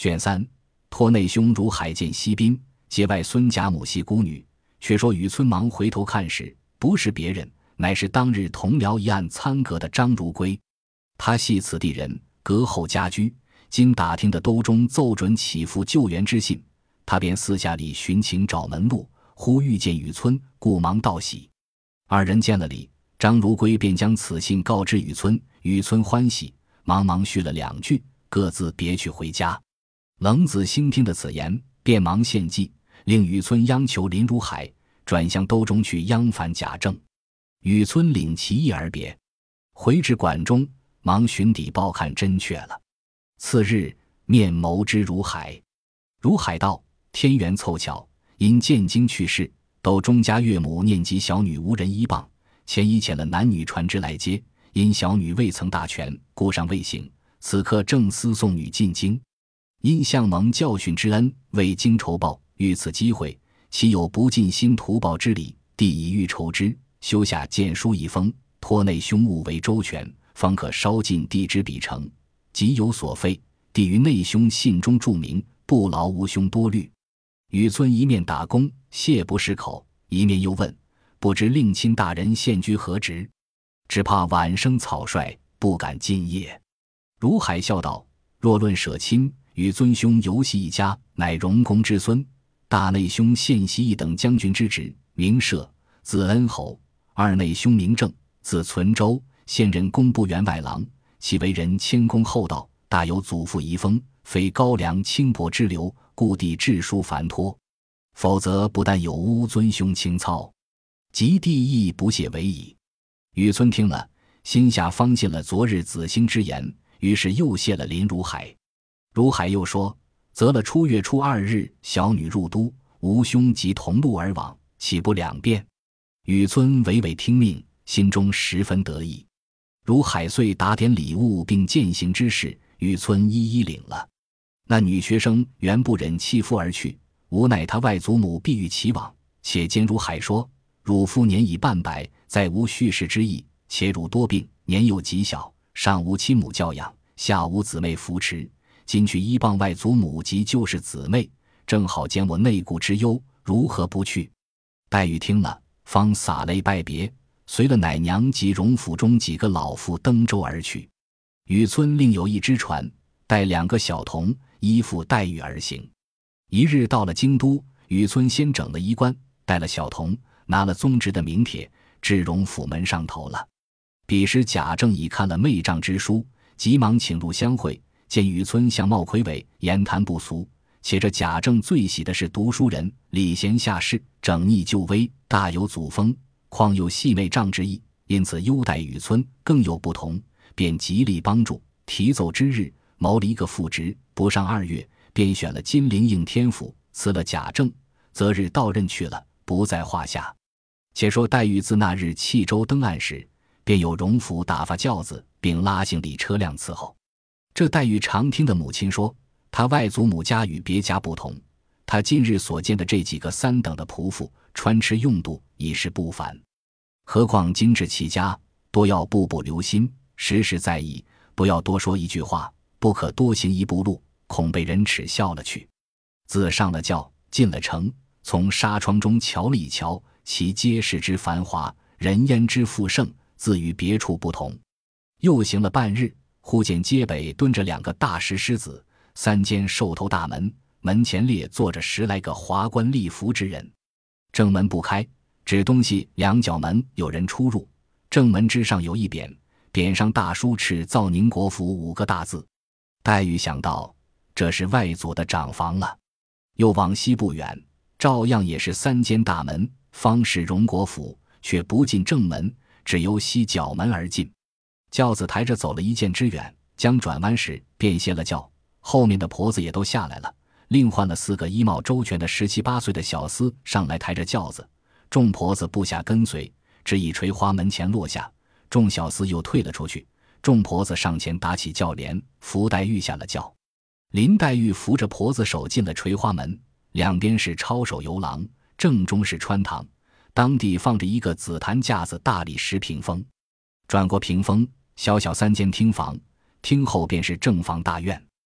卷3，托内兄如海见西宾，节外孙贾母系孤女。却说雨村忙回头看时，不是别人，乃是当日同僚一案参阁的张如圭。他系此地人，隔后家居，今打听的兜中奏准起复救援之信，他便私下里寻情找门路，忽遇见雨村，故忙道喜。二人见了礼，张如圭便将此信告知雨村，雨村欢喜，忙忙叙了2句，各自别去回家。冷子兴听的此言，便忙献计，令雨村央求林如海转向兜中去央反贾政。雨村领其意而别，回至馆中，忙寻底报看真确了。次日面谋之如海，如海道：天缘凑巧，因建京去世，斗中家岳母念及小女无人依傍，前已遣了男女传之来接，因小女未曾大全，故尚未醒，此刻正思送女进京。因向蒙教训之恩，为京仇报，遇此机会，岂有不尽心图报之理？帝已欲筹之，修下荐书一封，托内兄务为周全，方可稍尽帝之笔成。即有所废，帝于内兄信中注明，不劳吾兄多虑。雨村一面打工，谢不释口，一面又问：不知令亲大人现居何职？只怕晚生草率，不敢进谒。如海笑道：若论舍亲，与尊兄游戏一家，乃荣公之孙。大内兄现袭一等将军之职，名舍，字恩侯；二内兄名正，字存周，现任工部员外郎。其为人谦恭厚道，大有祖父遗风，非高粱轻薄之流，故帝致书烦托。否则不但有污尊兄清操，及帝亦不屑为矣。雨村听了，心下方信了昨日子兴之言，于是又谢了林如海。如海又说：择了初月初2日，小女入都，吾兄即同路而往，岂不两便？雨村娓娓听命，心中十分得意。如海遂打点礼物并饯行之事，雨村一一领了。那女学生原不忍弃夫而去，无奈他外祖母必欲其往，且兼如海说：汝父年已半百，再无续世之意，且汝多病，年幼极小，上无亲母教养，下无姊妹扶持，今去依傍外祖母及旧世姊妹，正好减我内顾之忧，如何不去？黛玉听了，方洒泪拜别，随了奶娘及荣府中几个老妇登舟而去。雨村另有一只船，带2个小童，依附黛玉而行。一日到了京都，雨村先整了衣冠，带了小童，拿了宗直的名帖，至荣府门上头了。彼时贾政已看了媚丈之书，急忙请入相会，见雨村相貌魁伟，言谈不俗，且这贾政最喜的是读书人，礼贤下士，整逆就危，大有祖风，况有细媚丈之意，因此优待雨村更有不同，便极力帮助。提奏之日，谋了一个副职，不上2月，便选了金陵应天府，辞了贾政，择日到任去了，不在话下。且说黛玉自那日弃舟登岸时，便有荣府打发轿子，并拉行李车辆伺候。这黛玉常听的母亲说，她外祖母家与别家不同，她近日所见的这几个3等的仆妇，穿吃用度已是不凡，何况精致其家，多要步步留心，时时在意，不要多说一句话，不可多行一步路，恐被人耻笑了去。自上了轿，进了城，从纱窗中瞧了一瞧，其街市之繁华，人烟之富盛，自与别处不同。又行了半日，忽见街北蹲着2个大石狮子，3间兽头大门，门前列坐着10来个华冠丽服之人。正门不开，指东西2角门有人出入，正门之上有一匾，匾上大书敕造宁国府5个大字。黛玉想到，这是外祖的长房了。又往西不远，照样也是3间大门，方是荣国府，却不进正门，只由西角门而进。轿子抬着走了1箭之远，将转弯时便歇了轿，后面的婆子也都下来了，另换了4个衣帽周全的17、18岁的小厮上来抬着轿子，众婆子部下跟随，只以垂花门前落下，众小厮又退了出去，众婆子上前打起轿帘，扶黛玉下了轿。林黛玉扶着婆子手进了垂花门，两边是抄手游廊，正中是穿堂，当地放着一个紫檀架子，大理石屏风。转过屏风，小小3间厅房，厅后便是正房大院。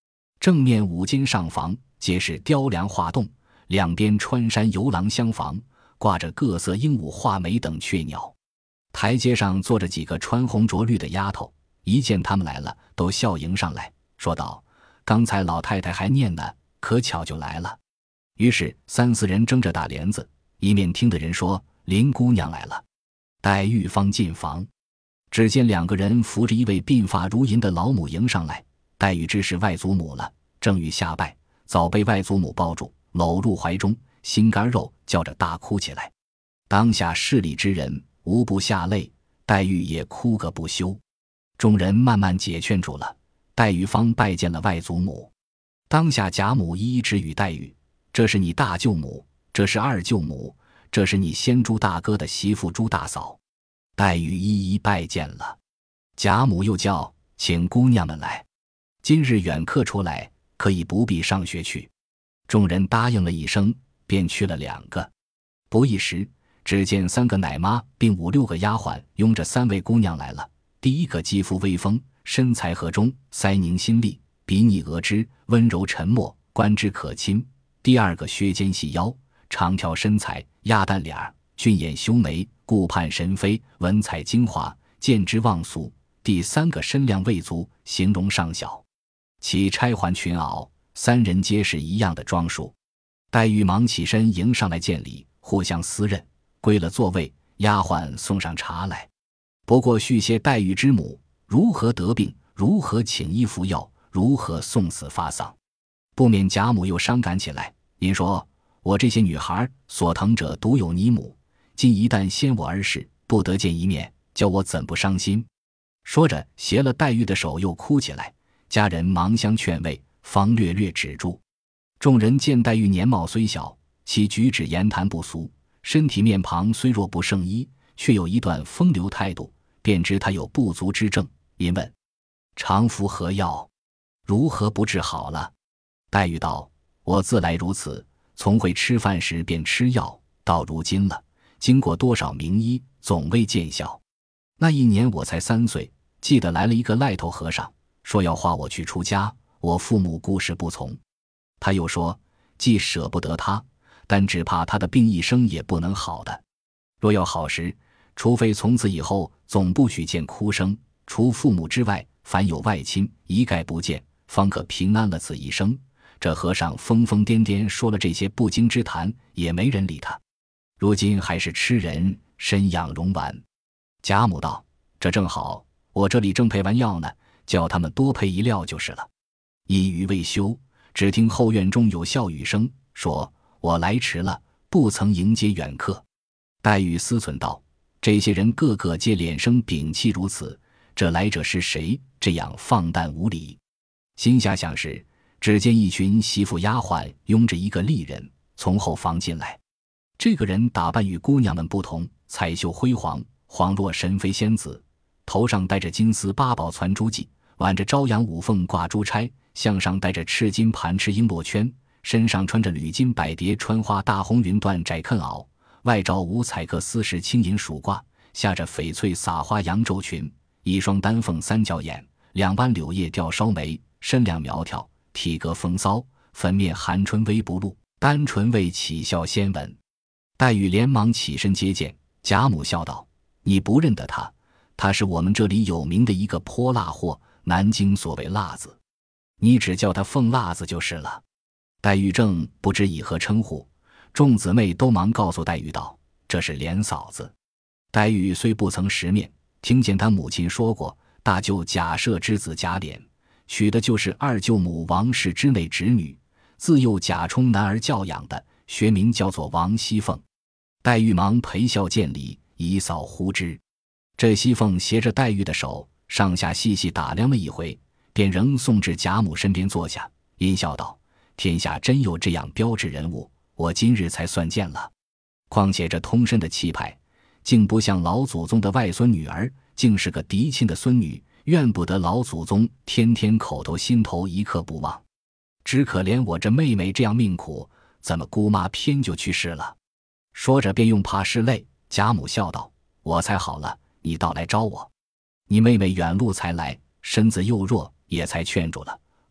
正面5间上房，皆是雕梁画栋，两边穿山游廊相房，挂着各色鹦鹉、画眉等雀鸟。台阶上坐着几个穿红着绿的丫头，一见他们来了，都笑迎上来，说道：“刚才老太太还念呢，可巧就来了。”于是3、4人争着打帘子，一面听的人说林姑娘来了。黛玉方进房，只见2个人扶着一位鬓发如银的老母迎上来，黛玉知是外祖母了，正欲下拜，早被外祖母抱住，搂入怀中，心肝肉叫着大哭起来。当下势力之人无不下泪，黛玉也哭个不休。众人慢慢解劝住了，黛玉方拜见了外祖母。当下贾母一一指与黛玉：“这是你大舅母，这是二舅母，这是你先朱大哥的媳妇朱大嫂。”黛玉一一拜见了。贾母又叫：“请姑娘们来，今日远客出来，可以不必上学去。”众人答应了一声，便去了2个。不一时，只见3个奶妈并5、6个丫鬟拥着3位姑娘来了。第一个肌肤微丰，身材合中，腮凝心力，鼻腻额脂，温柔沉默，观之可亲。第二个削肩细腰，长条身材，鸭蛋脸，俊眼修眉，顾盼神飞，文采精华，见之忘俗。第3个身量未足，形容尚小，其钗环裙袄，3人皆是一样的装束。黛玉忙起身迎上来见礼，互相私认，归了座位，丫鬟送上茶来。不过续些黛玉之母如何得病，如何请医服药，如何送死发丧，不免贾母又伤感起来。您说我这些女孩所疼者独有你母，今一旦先我而逝，不得见一面，叫我怎不伤心？说着携了黛玉的手又哭起来，家人忙相劝慰，方略略止住。众人见黛玉年貌虽小，其举止言谈不俗，身体面庞虽若不胜衣，却有一段风流态度，便知她有不足之症，因问：“常服何药？如何不治好了？”黛玉道：“我自来如此，从会吃饭时便吃药，到如今了，经过多少名医，总未见效。那一年我才3岁，记得来了一个赖头和尚，说要化我去出家，我父母固是不从。他又说，既舍不得他，但只怕他的病一生也不能好的。若要好时，除非从此以后总不许见哭声，除父母之外，凡有外亲，一概不见，方可平安了此一生。这和尚疯疯癫癫说了这些不经之谈，也没人理他。如今还是吃人，身养荣丸。”贾母道：“这正好，我这里正配完药呢，叫他们多配一料就是了。”一语未休，只听后院中有笑语声，说：“我来迟了，不曾迎接远客。”黛玉思忖道：“这些人个个皆脸生屏气如此，这来者是谁？这样放诞无礼。”心下想时，只见一群媳妇丫鬟拥着一个丽人从后房进来。这个人打扮与姑娘们不同，彩绣辉煌，恍若神妃仙子，头上戴着金丝8宝攒珠髻，挽着朝阳五凤挂珠钗，项上戴着赤金盘翅璎珞圈，身上穿着缕金百蝶穿花大红云缎窄裉袄，外罩五彩克丝石青银鼠褂，下着翡翠撒花洋绉裙，一双丹凤3角眼，2弯柳叶吊梢眉，身量苗条，体格风骚，粉面含春微不露，单唇未起笑先闻。黛玉连忙起身接见，贾母笑道：“你不认得他，他是我们这里有名的一个泼辣货，南京所谓辣子，你只叫他凤辣子就是了。”黛玉正不知以何称呼，众姊妹都忙告诉黛玉道：“这是琏嫂子。”黛玉虽不曾识面，听见她母亲说过，大舅贾赦之子贾琏，娶的就是二舅母王氏之内侄女，自幼贾充男儿教养的，学名叫做王熙凤。黛玉忙陪笑见礼，以扫呼之。这熙凤携着黛玉的手，上下细细打量了一回，便仍送至贾母身边坐下，阴笑道：“天下真有这样标致人物，我今日才算见了。况且这通身的气派，竟不像老祖宗的外孙女儿，竟是个嫡亲的孙女，怨不得老祖宗天天口头心头一刻不忘。只可怜我这妹妹这样命苦，怎么姑妈偏就去世了？”说着便用怕拭泪。贾母笑道：“我才好了，你倒来招我。你妹妹远路才来，身子又弱，也才劝住了，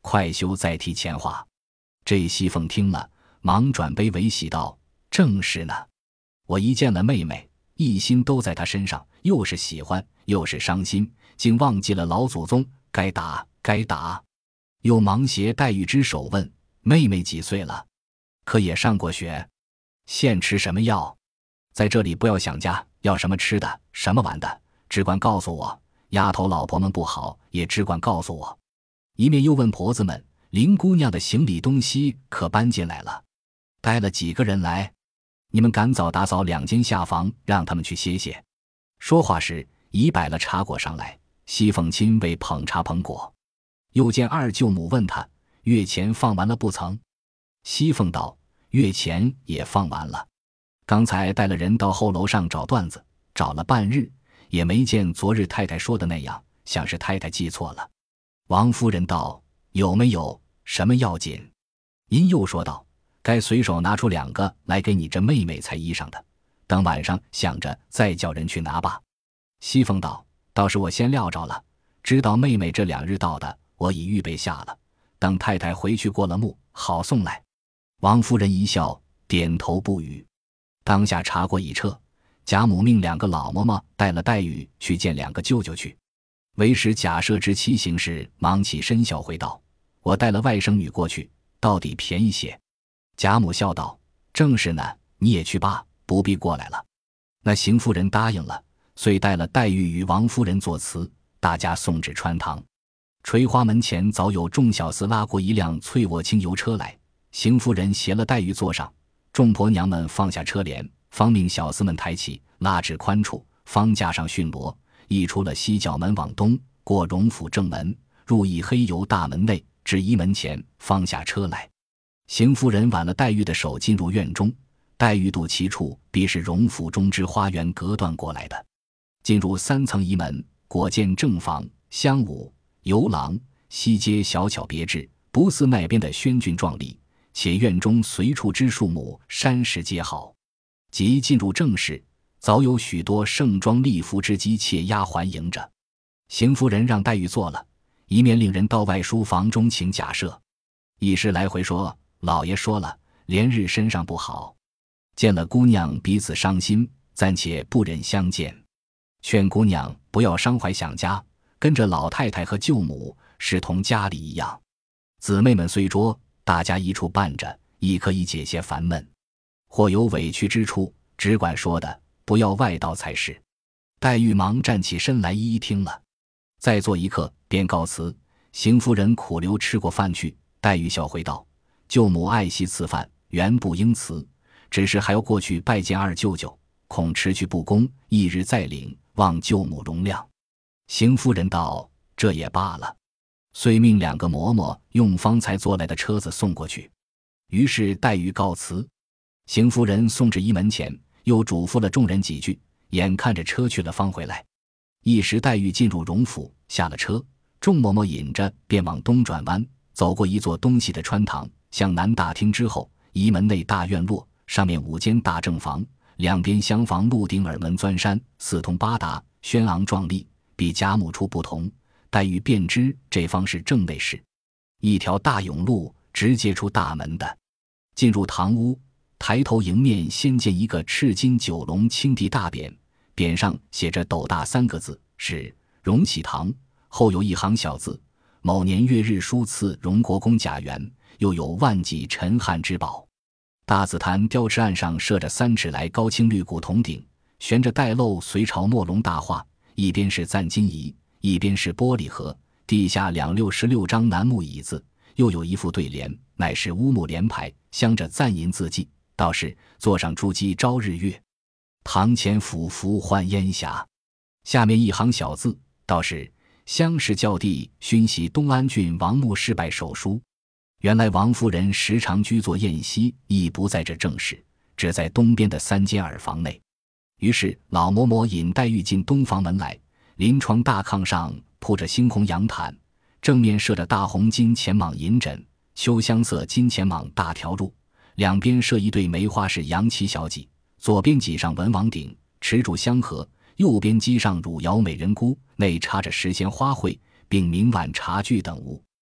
快休再提前话。这熙凤听了，忙转悲为喜道：正是呢，我一见了妹妹，一心都在她身上，又是喜欢又是伤心，竟忘记了老祖宗，该打该打。又忙携黛玉之手问：妹妹几岁了？可也上过学？现吃什么药？在这里不要想家，要什么吃的什么玩的，只管告诉我。丫头老婆们不好，也只管告诉我。一面又问婆子们：林姑娘的行李东西可搬进来了？带了几个人来？你们赶早打扫2间下房，让他们去歇歇。说话时已摆了茶果上来，熙凤亲为捧茶捧果。又见二舅母问他：月钱放完了不曾？熙凤道：月钱也放完了，刚才带了人到后楼上找段子，找了半日，也没见昨日太太说的那样，想是太太记错了。王夫人道：有没有什么要紧？因又说道：该随手拿出2个来给你这妹妹裁衣裳的，等晚上想着再叫人去拿吧。熙凤道：倒是我先料着了，知道妹妹这2日到的，我已预备下了，等太太回去过了目，好送来。王夫人一笑，点头不语。当下茶过已撤，贾母命2个老嬷嬷带了黛玉去见2个舅舅去。为使贾赦之妻行事，忙起身笑回道：我带了外甥女过去，到底便宜些。贾母笑道：正是呢，你也去罢，不必过来了。那邢夫人答应了，遂带了黛玉与王夫人作辞，大家送至穿堂。垂花门前早有众小厮拉过一辆翠沃轻油车来，邢夫人携了黛玉坐上，众婆娘们放下车帘，方命小厮们抬起，拉至宽处，方架上驯骡，一出了西角门往东，过荣府正门，入一黑油大门内，至一门前，方下车来。邢夫人挽了黛玉的手进入院中，黛玉肚其处必是荣府中之花园隔断过来的。进入3层一门，果见正房、香屋、游廊，西街小巧别致，不似那边的轩峻壮丽，且院中随处之树木山石皆好。即进入正室，早有许多盛装丽服之姬妾丫鬟迎着。邢夫人让黛玉坐了，一面令人到外书房中请贾赦。一时来回说，老爷说了，连日身上不好，见了姑娘彼此伤心，暂且不忍相见，劝姑娘不要伤怀想家，跟着老太太和舅母视同家里一样。姊妹们虽多，大家一处伴着，亦可以解些烦闷。或有委屈之处，只管说的，不要外道才是。黛玉忙站起身来一一听了，再坐一刻便告辞。邢夫人苦留吃过饭去，黛玉笑回道：舅母爱惜赐饭，原不应辞，只是还要过去拜见二舅舅，恐迟去不恭，一日再领，望舅母容谅。邢夫人道：这也罢了，遂命2个嬷嬷用方才坐来的车子送过去。于是黛玉告辞，邢夫人送至一门前，又嘱咐了众人几句，眼看着车去了方回来。一时黛玉进入荣府，下了车，众嬷嬷引着便往东转弯，走过一座东西的穿堂，向南大厅之后，一门内大院落，上面5间大正房，两边厢房鹿顶耳门钻山，四通八达，轩昂壮丽，比贾母处不同。黛玉便知这方是正内室，一条大甬路直接出大门的。进入堂屋，抬头迎面先见一个赤金九龙青地大匾，匾上写着斗大3个字，是荣禧堂，后有一行小字：某年月日书赐荣国公贾源，又有万几陈汉之宝。大紫檀雕翅案上设着3尺来高青绿古铜鼎，悬着带漏隋朝墨龙大画，一边是赞金仪，一边是玻璃盒，地下266张楠木椅子，又有一副对联，乃是乌木联排，镶着赞银字迹，道是座上珠玑朝日月，堂前俯伏唤烟霞。下面一行小字，道是乡试校第勋袭东安郡王墓事拜手书。原来王夫人时常居坐宴席，亦不在这正室，只在东边的3间耳房内。于是老嬷嬷引黛玉进东房门来，临床大炕上铺着猩红羊毯，正面设着大红金钱蟒银枕，秋香色金钱蟒大条褥，两边设一对梅花式洋漆小几，左边几上文王鼎，持柱香盒，右边机上汝窑美人菇，内插着10仙花卉，并明碗茶具等物。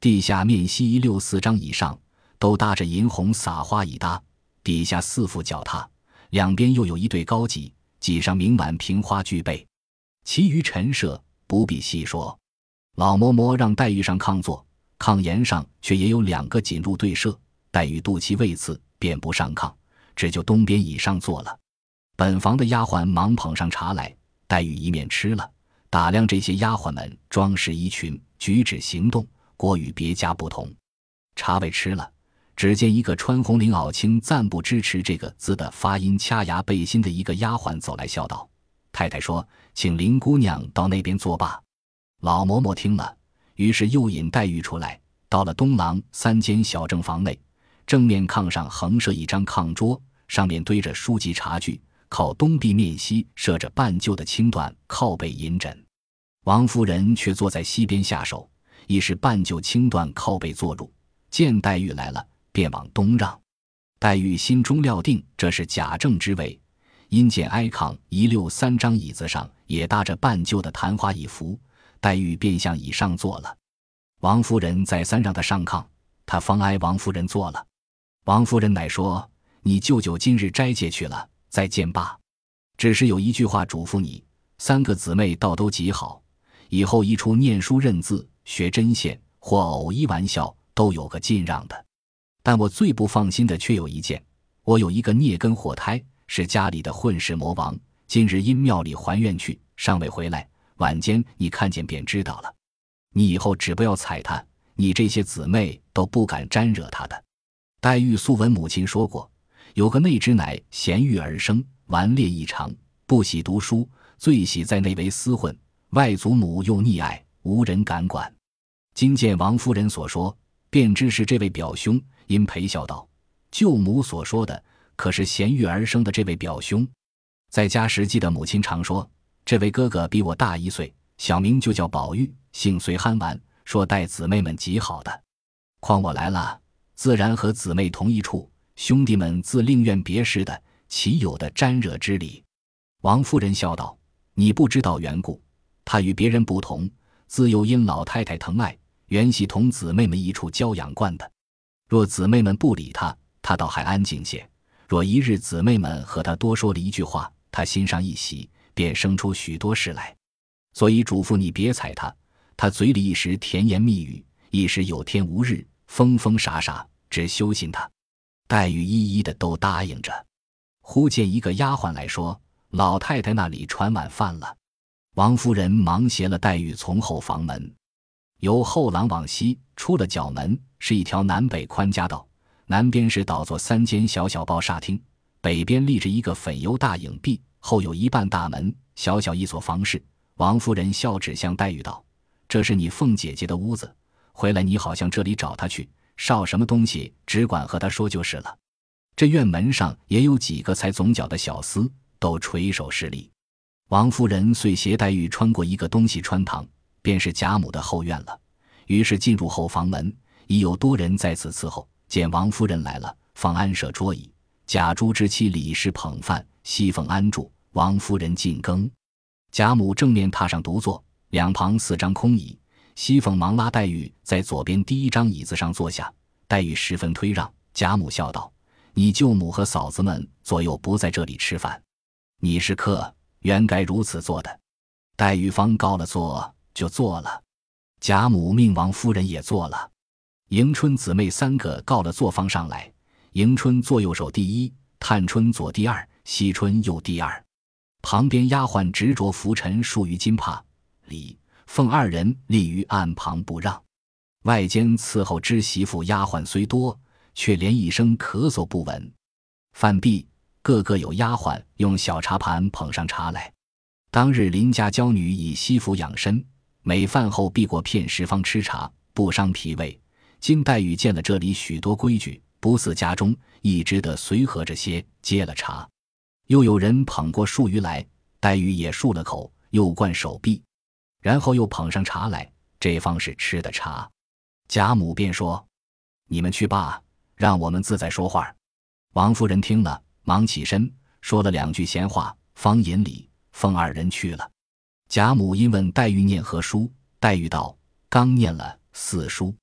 地下面西164张以上，都搭着银红撒花椅搭，底下4副脚踏，两边又有一对高几，几上明碗平花具备。其余陈设不必细说。老嬷嬷让黛玉上炕坐，炕沿上却也有2个锦褥对设，黛玉肚脐未刺，便不上炕，只就东边椅上坐了。本房的丫鬟忙捧上茶来，黛玉一面吃了，打量这些丫鬟们装饰衣裙、举止行动，果与别家不同。茶未吃了，只见一个穿红绫袄青暂不支持这个字的发音掐牙背心的一个丫鬟走来笑道：“太太说请林姑娘到那边坐罢。”老嬷嬷听了，于是又引黛玉出来，到了东廊3间小正房内，正面炕上横设一张炕桌，上面堆着书籍茶具，靠东壁面西设着半旧的青缎靠背银枕。王夫人却坐在西边下手，亦是半旧青缎靠背坐入，见黛玉来了，便往东让。黛玉心中料定这是贾政之位，因见挨炕163张椅子上也搭着半旧的弹花椅服，黛玉便向椅上坐了。王夫人再三让她上炕，她方挨王夫人坐了。王夫人乃说：“你舅舅今日斋戒去了，再见罢。只是有一句话嘱咐你，3个姊妹倒都极好，以后一处念书认字、学针线或偶一玩笑，都有个尽让的。但我最不放心的却有一件，我有一个孽根祸胎，是家里的混世魔王，今日因庙里还愿去，尚未回来，晚间你看见便知道了。你以后只不要睬他，你这些姊妹都不敢沾惹他的。”黛玉素闻母亲说过，有个内侄乃贤育而生，顽劣异常，不喜读书，最喜在内为厮混，外祖母又溺爱，无人敢管。今见王夫人所说，便知是这位表兄，因陪笑道：“舅母所说的可是贤育而生的这位表兄？”在家时记得母亲常说，这位哥哥比我大1岁，小名就叫宝玉，性虽憨顽，说待姊妹们极好的。况我来了，自然和姊妹同一处，兄弟们自另愿别事的，岂有的沾惹之理？王夫人笑道：“你不知道缘故，他与别人不同，自幼因老太太疼爱，原系同姊妹们一处教养惯的。若姊妹们不理他，他倒还安静些；若一日姊妹们和他多说了一句话，他心上一喜，便生出许多事来。所以嘱咐你别睬他，他嘴里一时甜言蜜语，一时有天无日，疯疯傻傻，只修信他。”黛玉一一的都答应着。忽见一个丫鬟来说：“老太太那里传晚饭了。”王夫人忙携了黛玉从后房门，由后廊往西出了角门，是一条南北宽夹道，南边是倒作3间小小包纱厅，北边立着一个粉油大影壁，后有一半大门，小小一所房室。王夫人笑指向黛玉道：“这是你凤姐姐的屋子，回来你好像这里找她去，少什么东西只管和她说就是了。”这院门上也有几个才总角的小厮，都垂手施礼。王夫人遂携黛玉穿过一个东西穿堂，便是贾母的后院了。于是进入后房门，已有多人在此伺候。见王夫人来了，方安设桌椅，贾珠之妻李氏捧饭，熙凤安住，王夫人进羹。贾母正面榻上独坐，两旁4张空椅，熙凤忙拉黛玉在左边第1张椅子上坐下，黛玉十分推让。贾母笑道：“你舅母和嫂子们左右不在这里吃饭，你是客，原该如此做的。”黛玉方告了座，就坐了。贾母命王夫人也坐了。迎春姊妹3个告了座方上来，迎春坐右手第1，探春左第2，惜春右第2。旁边丫鬟执着拂尘数于金帕，李凤2人立于岸旁不让。外间伺候之媳妇丫鬟虽多，却连一声咳嗽不闻。饭毕，个个有丫鬟用小茶盘捧上茶来。当日邻家娇女以西服养身，每饭后必过片时方吃茶，不伤脾胃。今黛玉见了这里许多规矩，不似家中，一直得随和着些，接了茶。又有人捧过数鱼来，黛玉也漱了口，又灌手臂，然后又捧上茶来，这方是吃的茶。贾母便说：“你们去罢，让我们自在说话。”王夫人听了，忙起身说了2句闲话，方引礼，凤2人去了。贾母因问黛玉念何书，黛玉道：“刚念了4书。”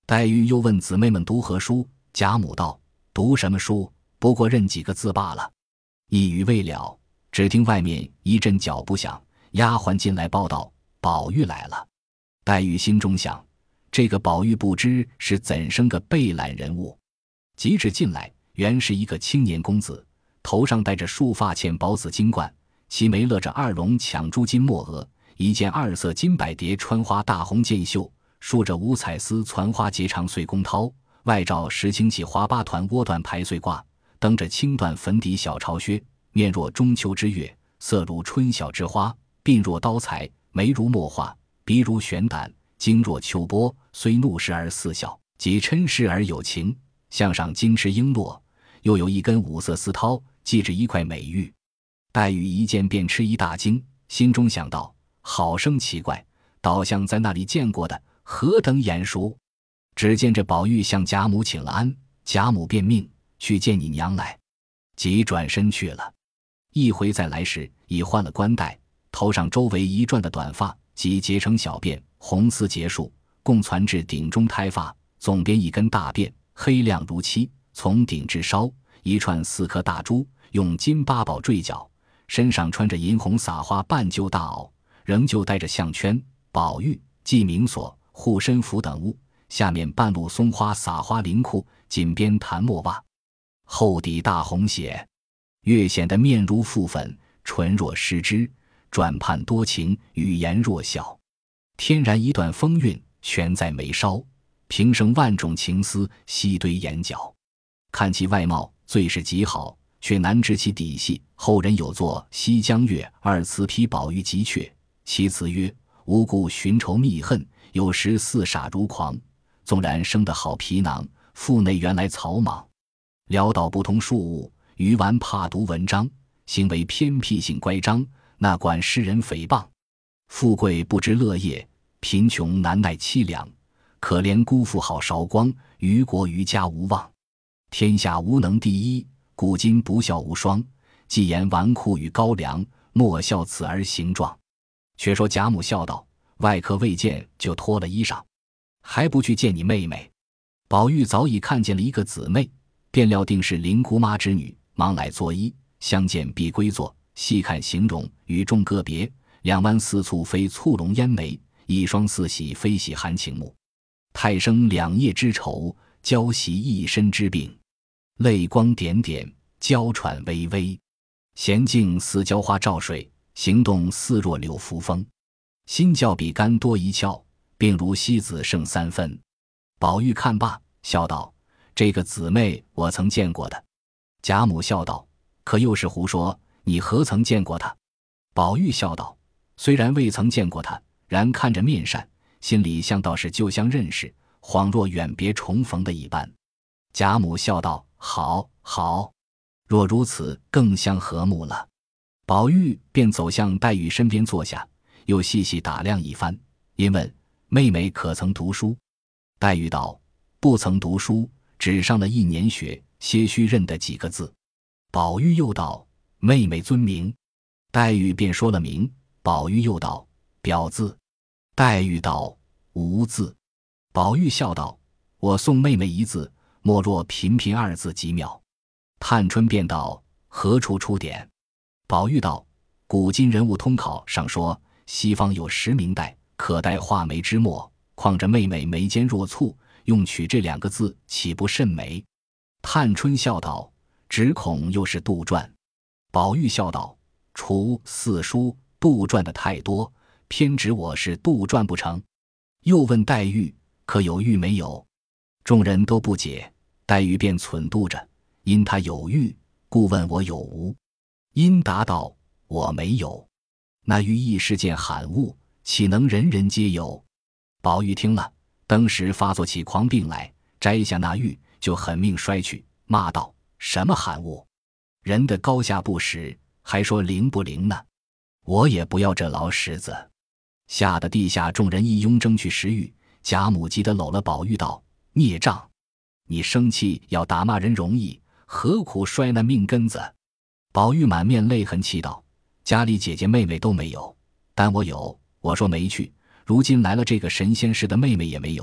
黛玉又问姊妹们读何书，贾母道：读什么书，不过认几个字罢了。一语未了，只听外面一阵脚步响，丫鬟进来报道：宝玉来了。黛玉心中想，这个宝玉不知是怎生个背懒人物。及至进来，原是一个青年公子，头上戴着束发嵌宝紫金冠，其眉勒着二龙抢珠金墨额，一件二色金百蝶穿花大红箭袖，束着五彩丝攒花结长碎宫绦，外罩石青起花八团窝缎排穗褂，蹬着青缎粉底小朝靴，面若中秋之月，色如春晓之花，鬓若刀裁，眉如墨画，鼻如悬胆，睛若秋波，虽怒视而似笑，即嗔视而有情，项上金翅璎珞，又有一根五色丝绦，系着一块美玉。黛玉一见便吃一大惊，心中想到：好生奇怪，倒像在那里见过的，何等眼熟。只见这宝玉向贾母请了安，贾母便命去见你娘来，即转身去了。一回再来时，已换了冠带，头上周围一转的短发，即结成小辫，红丝结束，共攒至顶中胎发，总编一根大辫，黑亮如漆，从顶至梢一串4颗大珠，用金八宝坠角，身上穿着银红撒花半旧大袄，仍旧带着项圈、宝玉、记名锁、护身符等物，下面半路松花撒花绫裤，锦边檀墨袜，厚底大红鞋，越显得面如覆粉，唇若施脂，转盼多情，语言若笑，天然一段风韵，全在眉梢，平生万种情思，悉堆眼角。看其外貌最是极好，却难知其底细。后人有作《西江月》二词批宝玉极阙，其词曰：无故寻仇觅恨，有时似傻如狂，纵然生得好皮囊，腹内原来草莽，潦倒不通庶务，愚顽怕读文章，行为偏僻性乖张，那管世人诽谤。富贵不知乐业，贫穷难耐凄凉，可怜辜负好韶光，于国于家无望。天下无能第一，古今不孝无双，既言纨绔与高粱，莫笑此儿形状。却说贾母笑道：外客未见就脱了衣裳，还不去见你妹妹。宝玉早已看见了一个姊妹，便料定是林姑妈之女，忙来作揖，相见必归坐，细看形容，与众个别，两弯似蹙非蹙龙烟眉，一双似喜非喜含情目，太生两夜之愁，娇袭一身之病，泪光点点，娇喘微微，娴静似娇花照水，行动似若柳扶风，心较比干多一窍，并如西子胜3分。宝玉看罢，笑道：这个姊妹我曾见过的。贾母笑道：可又是胡说，你何曾见过她？宝玉笑道：虽然未曾见过她，然看着面善，心里像倒是旧相认识，恍若远别重逢的一般。贾母笑道：好好，若如此更相和睦了。宝玉便走向黛玉身边坐下，又细细打量一番，因问妹妹可曾读书。黛玉道：不曾读书，只上了1年学，些许认得几个字。宝玉又道：妹妹尊名。黛玉便说了名。宝玉又道：表字。黛玉道：无字。宝玉笑道：我送妹妹一字，莫若频频2字极妙。探春便道：何处出典？宝玉道：古今人物通考上说，西方有10名带，可代画眉之墨，况着妹妹眉间若蹙，用取这2个字，岂不甚美？探春笑道：只恐又是杜撰。宝玉笑道：除四书杜撰的太多，偏指我是杜撰不成？又问黛玉可有玉没有？众人都不解，黛玉便忖度着，因他有玉，故问我有无。因答道：我没有。那玉亦是件罕物，岂能人人皆有？宝玉听了，当时发作起狂病来，摘下那玉就狠命摔去，骂道：什么罕物？人的高下不识，还说灵不灵呢？我也不要这老石子。吓得地下众人一拥争去拾玉，贾母急得搂了宝玉道：孽障，你生气要打骂人容易，何苦摔那命根子？宝玉满面泪痕，气道：家里姐姐妹妹都没有，但我有。我说没去，如今来了这个神仙似的妹妹也没有，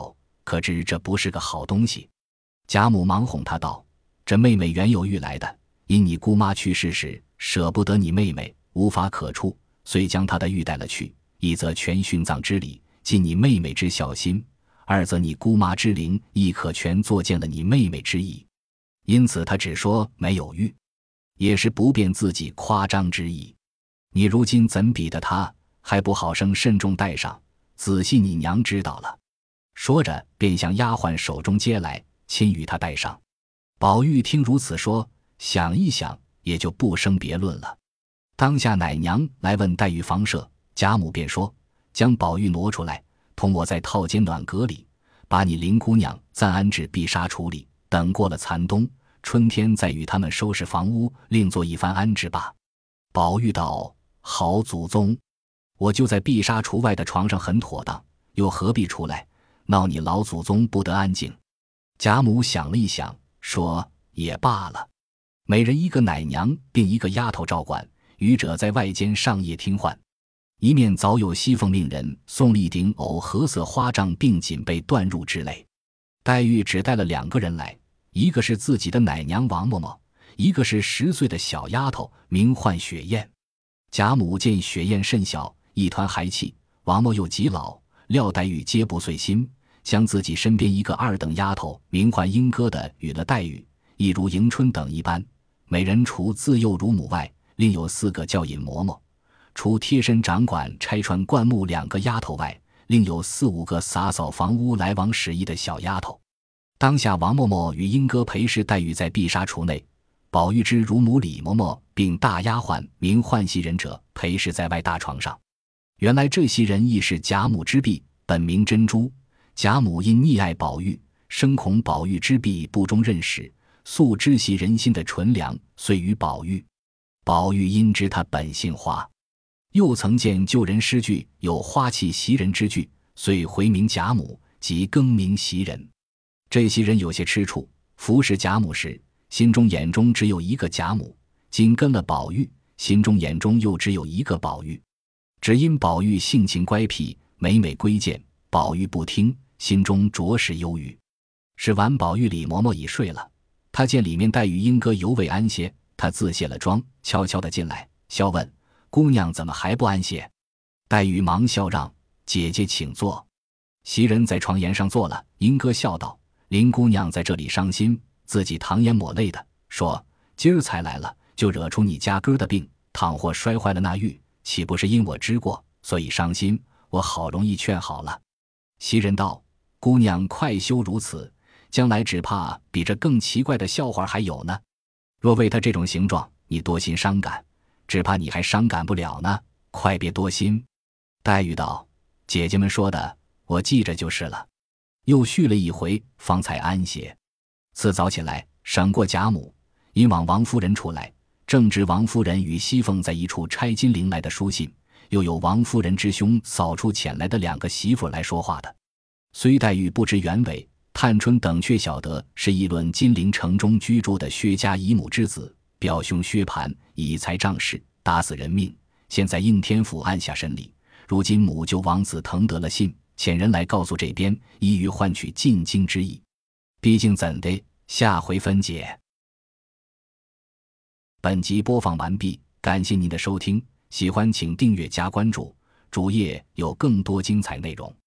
可知这不是个好东西。贾母忙哄他道：这妹妹原有欲来的，因你姑妈去世时舍不得你妹妹，无法可处，遂将她的玉带了去，一则全殉葬之礼，尽你妹妹之孝心；二则你姑妈之灵亦可全作践了你妹妹之意。因此他只说没有玉，也是不便自己夸张之意。你如今怎比得他，还不好生慎重带上，仔细你娘知道了。说着便向丫鬟手中接来，亲与他带上。宝玉听如此说，想一想，也就不生别论了。当下奶娘来问黛玉房舍，贾母便说：将宝玉挪出来，同我在套间暖阁里，把你林姑娘暂安置碧纱橱里，等过了残冬，春天再与他们收拾房屋，另做一番安置吧。宝玉道：好祖宗，我就在碧纱橱外的床上很妥当，又何必出来闹你老祖宗不得安静。贾母想了一想，说：也罢了，每人一个奶娘并一个丫头照管，余者在外间上夜听唤。一面早有熙凤命人送了一顶藕荷色花帐并锦被缎褥之类。黛玉只带了2个人来，一个是自己的奶娘王嬷嬷，一个是10岁的小丫头，名唤雪雁。贾母见雪雁甚小，一团孩气，王嬷又极老，料黛玉皆不遂心，将自己身边一个2等丫头名唤莺歌的与了黛玉，亦如迎春等一般，每人除自幼乳母外，另有4个叫引嬷嬷，除贴身掌管拆穿灌木2个丫头外，另有4、5个洒扫房屋来往使役的小丫头。当下王嬷嬷与莺歌陪侍黛玉在碧纱橱内，宝玉之乳母李嬷嬷并大丫鬟名唤袭人者陪侍在外大床上。原来这袭人亦是贾母之婢，本名珍珠。贾母因溺爱宝玉，生恐宝玉之婢不忠任使，素知悉人心的纯良，遂与宝玉。宝玉因知他本姓花，又曾见旧人诗句有花气袭人之句，遂回名贾母，即更名袭人。这袭人有些吃醋，服侍贾母时，心中眼中只有一个贾母，今跟了宝玉，心中眼中又只有一个宝玉。只因宝玉性情乖僻，每每规谏，宝玉不听，心中着实忧郁。是晚宝玉李嬷嬷已睡了，他见里面黛玉莺歌犹未安歇，他自卸了妆，悄悄地进来，笑问：姑娘怎么还不安歇？黛玉忙笑让：姐姐请坐。袭人在床沿上坐了，莺歌笑道：林姑娘在这里伤心，自己淌眼抹泪的，说今儿才来了，就惹出你家哥的病，倘或摔坏了那玉，岂不是因我知过，所以伤心，我好容易劝好了。袭人道：姑娘快休如此，将来只怕比这更奇怪的笑话还有呢。若为他这种形状你多心伤感，只怕你还伤感不了呢，快别多心。黛玉道：姐姐们说的我记着就是了。又续了一回，方才安歇。次早起来，省过贾母，因往王夫人处来，正值王夫人与熙凤在一处拆金陵来的书信，又有王夫人之兄扫处遣来的2个媳妇来说话的。虽黛玉不知原委，探春等却晓得是议论金陵城中居住的薛家姨母之子，表兄薛蟠以财仗势，打死人命，现在应天府按下审理，如今母舅王子腾得了信，遣人来告诉这边，意欲换取进京之意。毕竟怎的，下回分解。本集播放完毕，感谢您的收听，喜欢请订阅加关注，主页有更多精彩内容。